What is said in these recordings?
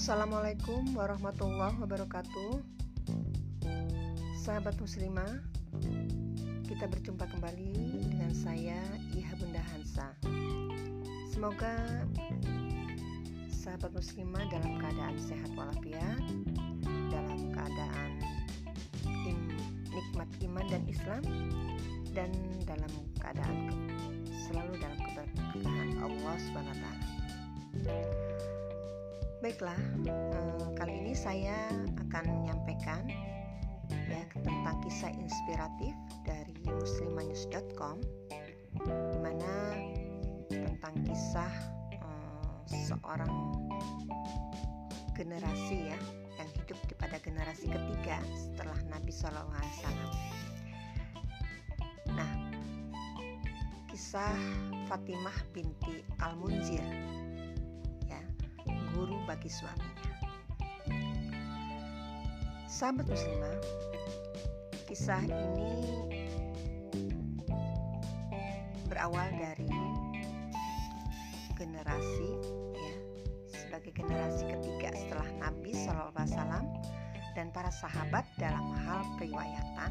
Assalamualaikum warahmatullahi wabarakatuh. Sahabat muslimah, kita berjumpa kembali dengan saya Iha Bunda Hansa. Semoga sahabat muslimah dalam keadaan sehat walafiat, dalam keadaan nikmat iman dan Islam, dan dalam keadaan selalu dalam keberkahan Allah SWT. Baiklah, kali ini saya akan menyampaikan tentang kisah inspiratif dari muslimanews.com, di mana tentang kisah seorang generasi yang hidup pada generasi ketiga setelah Nabi SAW. Nah, kisah Fatimah binti Al-Munzir, guru bagi suaminya. Sahabat muslimah, kisah ini berawal dari generasi sebagai generasi ketiga setelah Nabi SAW dan para sahabat dalam hal periwayatan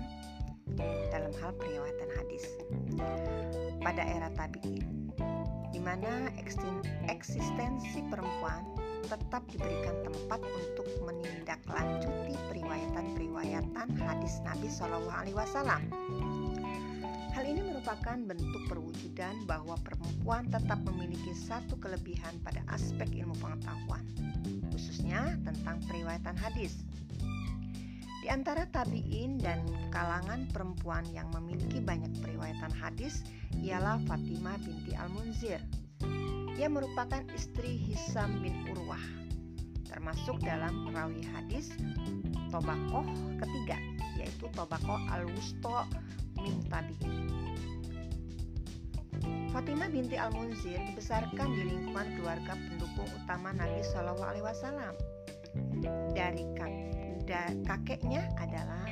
hadis pada era tabi'in, di mana eksistensi perempuan tetap diberikan tempat untuk menindaklanjuti periwayatan hadis Nabi SAW. Hal ini merupakan bentuk perwujudan bahwa perempuan tetap memiliki satu kelebihan pada aspek ilmu pengetahuan, khususnya tentang periwayatan hadis. Di antara tabi'in dan kalangan perempuan yang memiliki banyak periwayatan hadis ialah Fatimah binti Al-Munzir. Ia merupakan istri Hisam bin Urwah, termasuk dalam perawi hadis Tobaqoh ketiga, yaitu Tobaqoh Al-Wusta min Tabi'in. Fatimah binti Al-Munzir dibesarkan di lingkungan keluarga pendukung utama Nabi SAW. Dari kakeknya adalah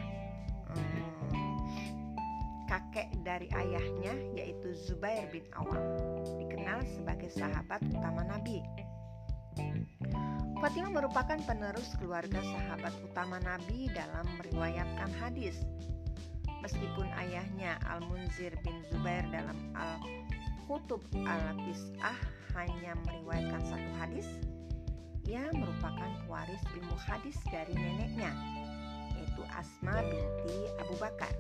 kakek dari ayahnya, yaitu Zubair bin Awam, dikenal sebagai sahabat utama Nabi. Fatimah merupakan penerus keluarga sahabat utama Nabi dalam meriwayatkan hadis. Meskipun ayahnya Al-Munzir bin Zubair dalam Al-Kutub Al-Tis'ah hanya meriwayatkan satu hadis, ia merupakan pewaris ilmu hadis dari neneknya, yaitu Asma binti Abu Bakar.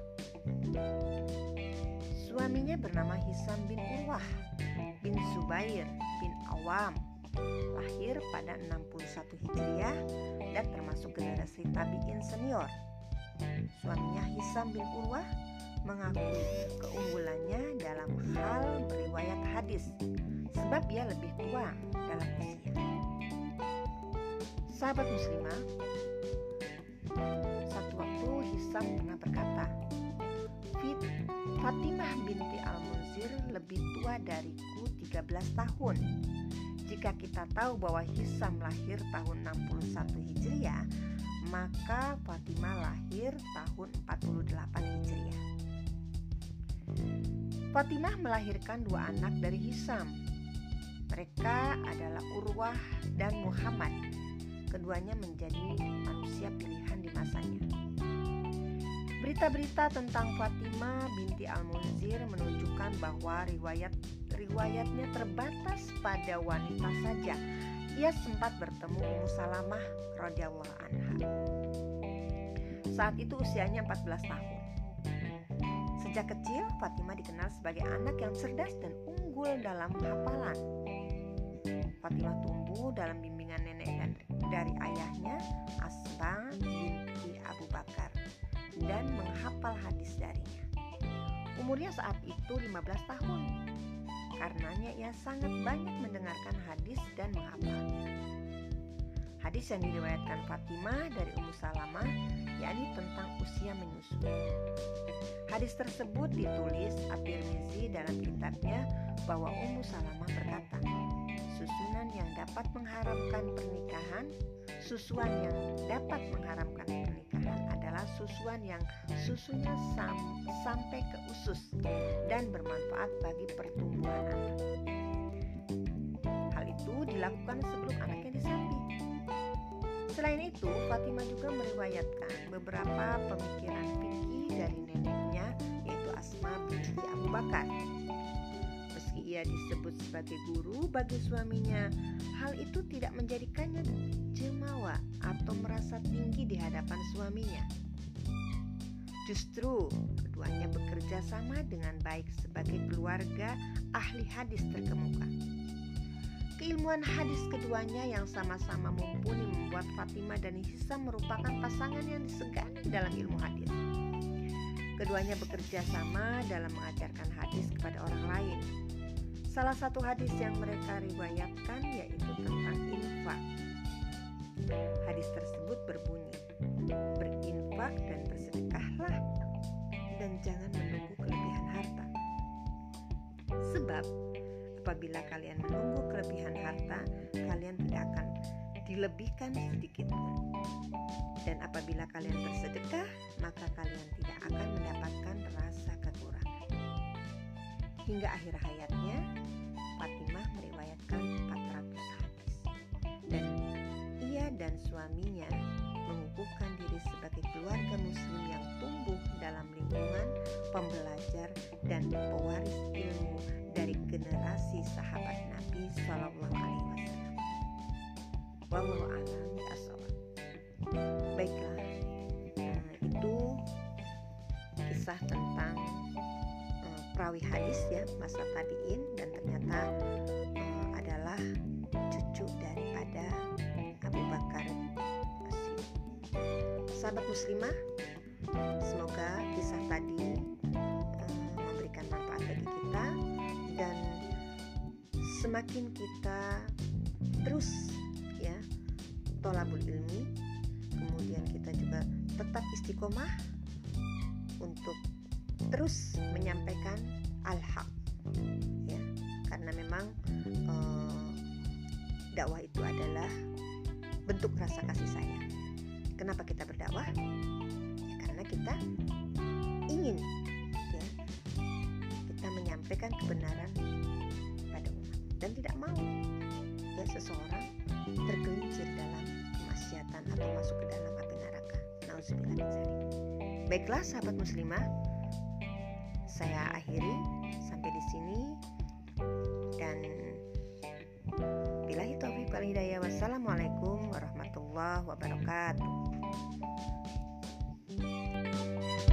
Suaminya bernama Hisam bin Urwah bin Zubair bin Awam, lahir pada 61 Hijriah dan termasuk generasi tabi'in senior. Suaminya Hisam bin Urwah mengakui keunggulannya dalam hal beriwayat hadis sebab ia lebih tua dalam usia. Sahabat muslimah, satu waktu Hisam pernah berkata, Fatimah binti Al-Munzir lebih tua dariku 13 tahun. Jika kita tahu bahwa Hisam lahir tahun 61 Hijriah, maka Fatimah lahir tahun 48 Hijriah. Fatimah melahirkan dua anak dari Hisam. Mereka adalah Urwah dan Muhammad. Keduanya menjadi manusia pilihan di masanya. Berita-berita tentang Fatimah binti Al-Munzir menunjukkan bahwa riwayatnya terbatas pada wanita saja. Ia sempat bertemu Ummu Salamah radhiyallahu anha. Saat itu usianya 14 tahun. Sejak kecil, Fatimah dikenal sebagai anak yang cerdas dan unggul dalam hafalan. Fatimah tumbuh dalam bimbingan nenek dari ayahnya, Asma binti Abu Bakar, dan menghafal hadis darinya. Umurnya saat itu 15 tahun. Karenanya ia sangat banyak mendengarkan hadis dan menghafalnya. Hadis yang diriwayatkan Fatimah dari Ummu Salamah yakni tentang usia menyusui. Hadis tersebut ditulis At-Tirmizi dalam kitabnya bahwa Ummu Salamah berkata, susunan yang dapat mengharamkan pernikahan adalah susuan yang susunya sampai ke usus dan bermanfaat bagi pertumbuhan anak. Hal itu dilakukan sebelum anaknya disalib. Selain itu, Fatimah juga meriwayatkan beberapa pemikiran fikih dari neneknya, yaitu Asma binti Abu Bakar. Meski ia disebut sebagai guru bagi suaminya, hal itu tidak menjadikannya jemawa atau merasa tinggi di hadapan suaminya. Justru keduanya bekerja sama dengan baik sebagai keluarga ahli hadis terkemuka. Keilmuan hadis keduanya yang sama-sama mumpuni membuat Fatimah dan Hisam merupakan pasangan yang disegani dalam ilmu hadis. Keduanya bekerja sama dalam mengajarkan hadis kepada orang lain. Salah satu hadis yang mereka riwayatkan yaitu tentang infak. Hadis tersebut berbunyi, berinfak dan bersedekahlah, dan jangan menunggu kelebihan harta. Sebab apabila kalian menunggu kelebihan harta, kalian tidak akan dilebihkan sedikit pun. Dan apabila kalian bersedekah, maka kalian tidak akan mendapatkan rasa kekurangan. Hingga akhir hayatnya, Fatimah meriwayatkan 400 hadis. Dan ia dan suaminya mengukuhkan diri sebagai keluarga muslim yang tumbuh dalam lingkungan pembelajar dan pewaris ilmu dari generasi sahabat Nabi Shallallahu Alaihi Wasallam. Wallahu a'lam bishawab. Baiklah, itu kisah tentang perawi hadis ya, masa tabi'in, dan ternyata adalah cucu daripada Abu Bakar As-Siddiq. Sahabat muslimah, semoga kisah tadi memberikan manfaat bagi kita, dan semakin kita terus ya tholabul ilmi, kemudian kita juga tetap istiqomah untuk terus menyampaikan al-haq ya, karena memang dakwah itu adalah bentuk rasa kasih sayang. Kenapa kita berdakwah? Ya, karena kita ingin ya, kita menyampaikan kebenaran pada umat dan tidak mau ya seseorang tergelincir dalam kemaksiatan atau masuk ke dalam api neraka. Nauzubillah min dzalik. Baiklah sahabat muslimah, saya akhiri sampai di sini, dan billahi taufiq wal hidayah. Wassalamualaikum warahmatullahi wabarakatuh.